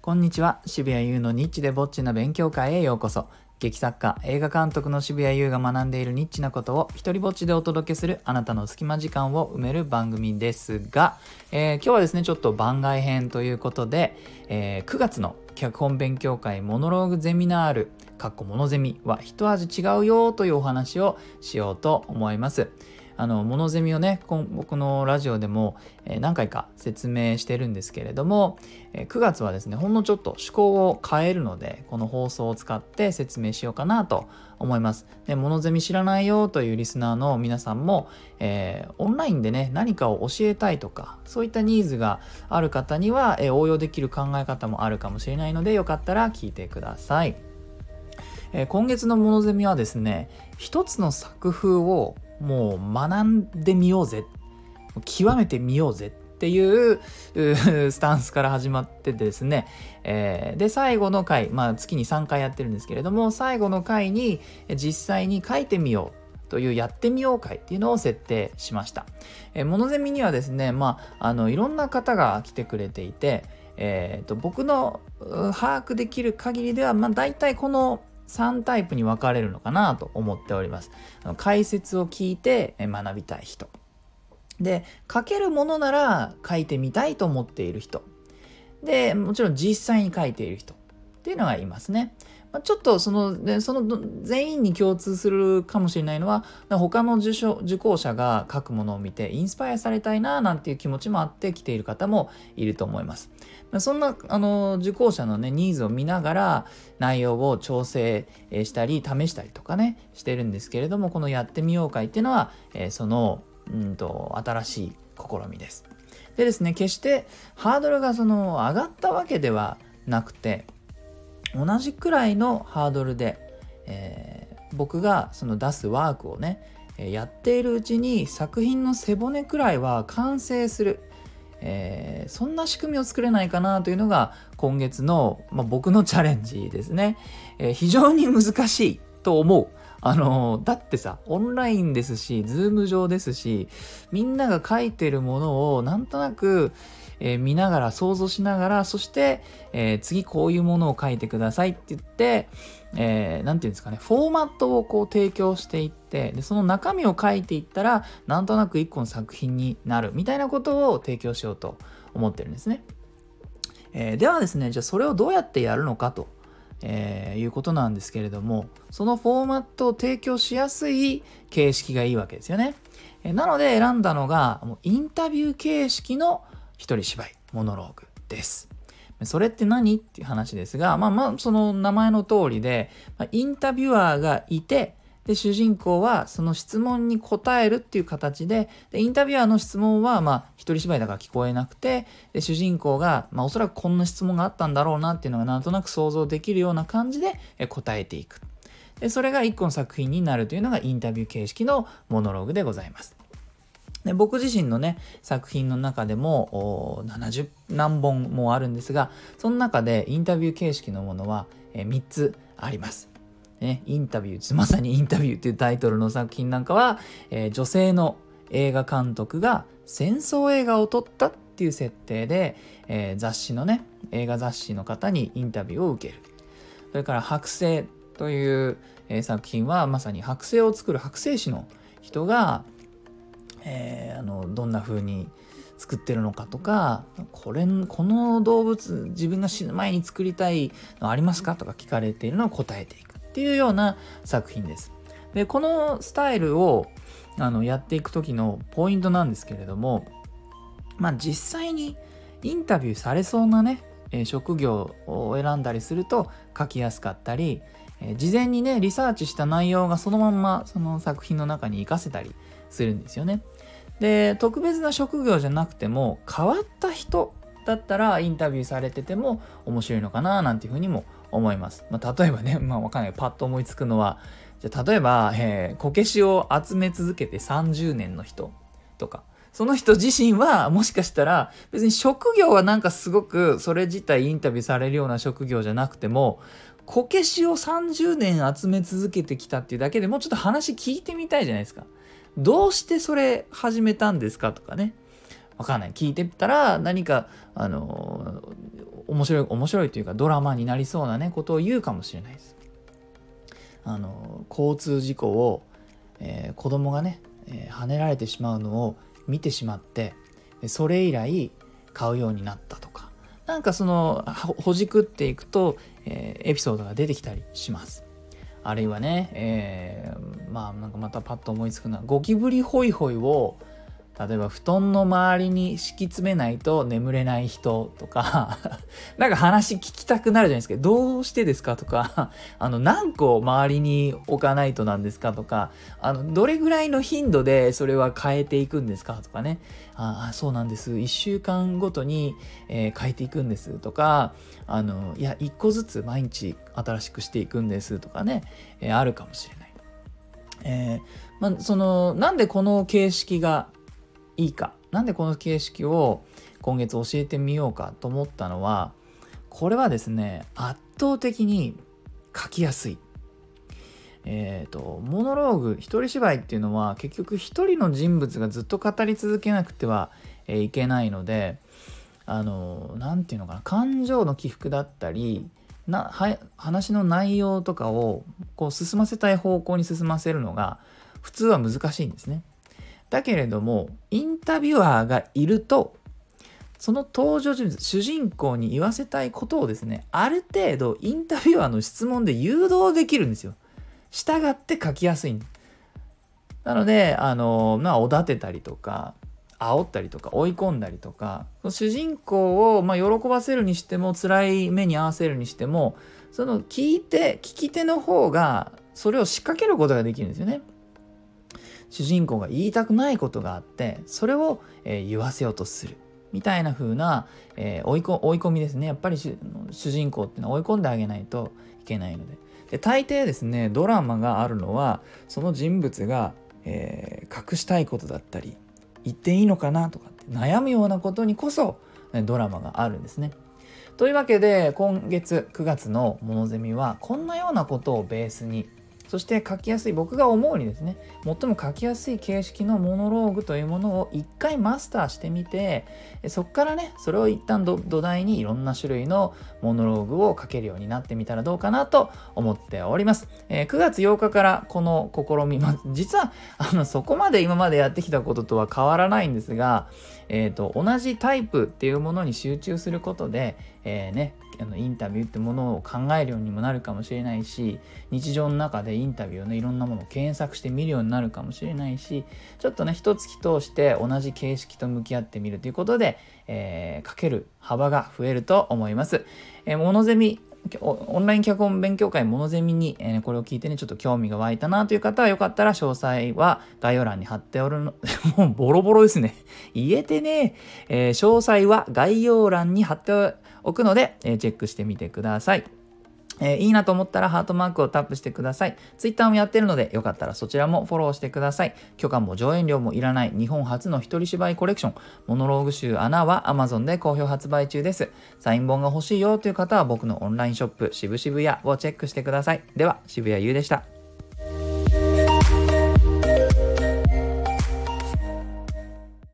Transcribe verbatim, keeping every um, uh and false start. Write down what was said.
こんにちは。渋谷優のニッチでぼっちな勉強会へようこそ。劇作家、映画監督の渋谷優が学んでいるニッチなことを一人ぼっちでお届けするあなたの隙間時間を埋める番組ですが、えー、今日はですねちょっと番外編ということで、えー、くがつの脚本勉強会モノローグゼミナールかっこモノゼミは一味違うよというお話をしようと思います。あのモノゼミをね僕のラジオでも何回か説明してるんですけれども、くがつはですねほんのちょっと趣向を変えるのでこの放送を使って説明しようかなと思います。でモノゼミ知らないよというリスナーの皆さんも、えー、オンラインでね何かを教えたいとかそういったニーズがある方には、えー、応用できる考え方もあるかもしれないのでよかったら聞いてください。えー、今月のモノゼミはですね一つの作風をもう学んでみようぜ極めてみようぜっていうスタンスから始まってですね、えー、で最後の回、まあ月にさんかいやってるんですけれども最後の回に実際に書いてみようというやってみよう会っていうのを設定しました。えー、モノゼミにはですね、まあ、あのいろんな方が来てくれていて、えー、と僕の把握できる限りでは、まあ、大体このさんタイプに分かれるのかなと思っております。解説を聞いて学びたい人で、書けるものなら書いてみたいと思っている人で、もちろん実際に書いている人っていうのがいますね。まあ、ちょっとそのその全員に共通するかもしれないのは他の受賞受講者が書くものを見てインスパイアされたいななんていう気持ちもあって来ている方もいると思います。そんなあの受講者のねニーズを見ながら内容を調整したり試したりとかねしてるんですけれども、このやってみよう会っていうのは、えー、そのうんと新しい試みです。でですね決してハードルがその上がったわけではなくて同じくらいのハードルで、えー、僕がその出すワークをねやっているうちに作品の背骨くらいは完成する、えー、そんな仕組みを作れないかなというのが今月の、まあ、僕のチャレンジですね。えー、非常に難しいと思う。あのー、だってさオンラインですしズーム上ですしみんなが書いてるものをなんとなくえー、見ながら想像しながらそして、えー、次こういうものを書いてくださいって言って、えー、なんていうんですかねフォーマットをこう提供していってでその中身を書いていったらなんとなく一個の作品になるみたいなことを提供しようと思ってるんですね。えー、ではですねじゃあそれをどうやってやるのかと、えー、いうことなんですけれども、そのフォーマットを提供しやすい形式がいいわけですよね。えー、なので選んだのがもうインタビュー形式の一人芝居モノローグです。それって何っていう話ですが、まあまあその名前の通りで、まあ、インタビュアーがいてで主人公はその質問に答えるっていう形で、でインタビュアーの質問はまあ一人芝居だから聞こえなくて、で主人公がまあおそらくこんな質問があったんだろうなっていうのがなんとなく想像できるような感じで答えていく。でそれが一個の作品になるというのがインタビュー形式のモノローグでございます。で僕自身のね作品の中でもななじゅうなんぼんもあるんですが、その中でインタビュー形式のものはみっつあります。ね、インタビューまさにインタビューというタイトルの作品なんかは、えー、女性の映画監督が戦争映画を撮ったっていう設定で、えー、雑誌のね映画雑誌の方にインタビューを受ける。それから剥製という、えー、作品はまさに剥製を作る剥製師の人がえー、あのどんな風に作ってるのかとか、これこの動物自分が死ぬ前に作りたいのありますかとか聞かれているのを答えていくっていうような作品です。でこのスタイルをあのやっていく時のポイントなんですけれども、まあ実際にインタビューされそうなね職業を選んだりすると書きやすかったり、事前にねリサーチした内容がそのまんまその作品の中に活かせたりするんですよね。で特別な職業じゃなくても変わった人だったらインタビューされてても面白いのかななんていうふうにも思います。まあ、例えばね、まあわかんない、パッと思いつくのはじゃあ例えば、えー、こけしを集め続けてさんじゅうねんの人とか、その人自身はもしかしたら別に職業はなんかすごくそれ自体インタビューされるような職業じゃなくてもこけしをさんじゅうねん集め続けてきたっていうだけでもうちょっと話聞いてみたいじゃないですか。どうしてそれ始めたんですかとかね、わかんない、聞いてみたら何かあの面白い面白いというかドラマになりそうなねことを言うかもしれないです。あの交通事故を、えー、子供がね、えー、跳ねられてしまうのを見てしまって、それ以来買うようになったとか、なんかそのほじくっていくと、えー、エピソードが出てきたりします。あるいはね、えー、まあなんかまたパッと思いつくのは、ゴキブリホイホイを例えば布団の周りに敷き詰めないと眠れない人とかなんか話聞きたくなるじゃないですか。どうしてですかとかあの何個周りに置かないとなんですかとか、あのどれぐらいの頻度でそれは変えていくんですかとかね。ああそうなんです、いっしゅうかんごとに、えー変えていくんですとか、あのいやいっこずつ毎日新しくしていくんですとかね、えーあるかもしれない。えーまあ、そのなんでこの形式がいいか、なんでこの形式を今月教えてみようかと思ったのは、これはですね、圧倒的に書きやすい。えっとモノローグ、一人芝居っていうのは結局一人の人物がずっと語り続けなくては、えーいけないので、あのなんていうのかな、感情の起伏だったりなは話の内容とかをこう進ませたい方向に進ませるのが普通は難しいんですね。だけれどもインタビュアーがいると、その登場人物、主人公に言わせたいことをですね、ある程度インタビュアーの質問で誘導できるんですよ。従って書きやすい。なのであのまあおだてたりとか煽ったりとか追い込んだりとか、主人公をまあ喜ばせるにしても辛い目に遭わせるにしても、その聞いて聞き手の方がそれを仕掛けることができるんですよね。主人公が言いたくないことがあって、それを、えー言わせようとするみたいな風な、えー追いこ追い込みですね。やっぱり主人公っていうのは追い込んであげないといけないので、で大抵ですね、ドラマがあるのはその人物が、えー隠したいことだったり言っていいのかなとかって悩むようなことにこそドラマがあるんですね。というわけで今月くがつのモノゼミはこんなようなことをベースに、そして書きやすい、僕が思うにですね、最も書きやすい形式のモノローグというものを一回マスターしてみて、そこからね、それを一旦ど土台にいろんな種類のモノローグを書けるようになってみたらどうかなと思っております。えーくがつようかからこの試み、まあ、実はあのそこまで今までやってきたこととは変わらないんですが、えーと、同じタイプっていうものに集中することで、えーね、あのインタビューってものを考えるようにもなるかもしれないし、日常の中でインタビューをね、いろんなものを検索して見るようになるかもしれないし、ちょっとね一月通して同じ形式と向き合ってみるということで、えー、書ける幅が増えると思います。えー、モノゼミオンライン脚本勉強会モノゼミに、えー、これを聞いてねちょっと興味が湧いたなという方は、よかったら詳細は概要欄に貼っておるのもうボロボロですね言えてね、えー、詳細は概要欄に貼っておくので、えー、チェックしてみてください。えー、いいなと思ったらハートマークをタップしてください。ツイッターもやってるので、よかったらそちらもフォローしてください。許可も上演料もいらない日本初の一人芝居コレクションモノローグ集アナは Amazon で好評発売中です。サイン本が欲しいよという方は僕のオンラインショップ渋々屋をチェックしてください。では渋谷優でした。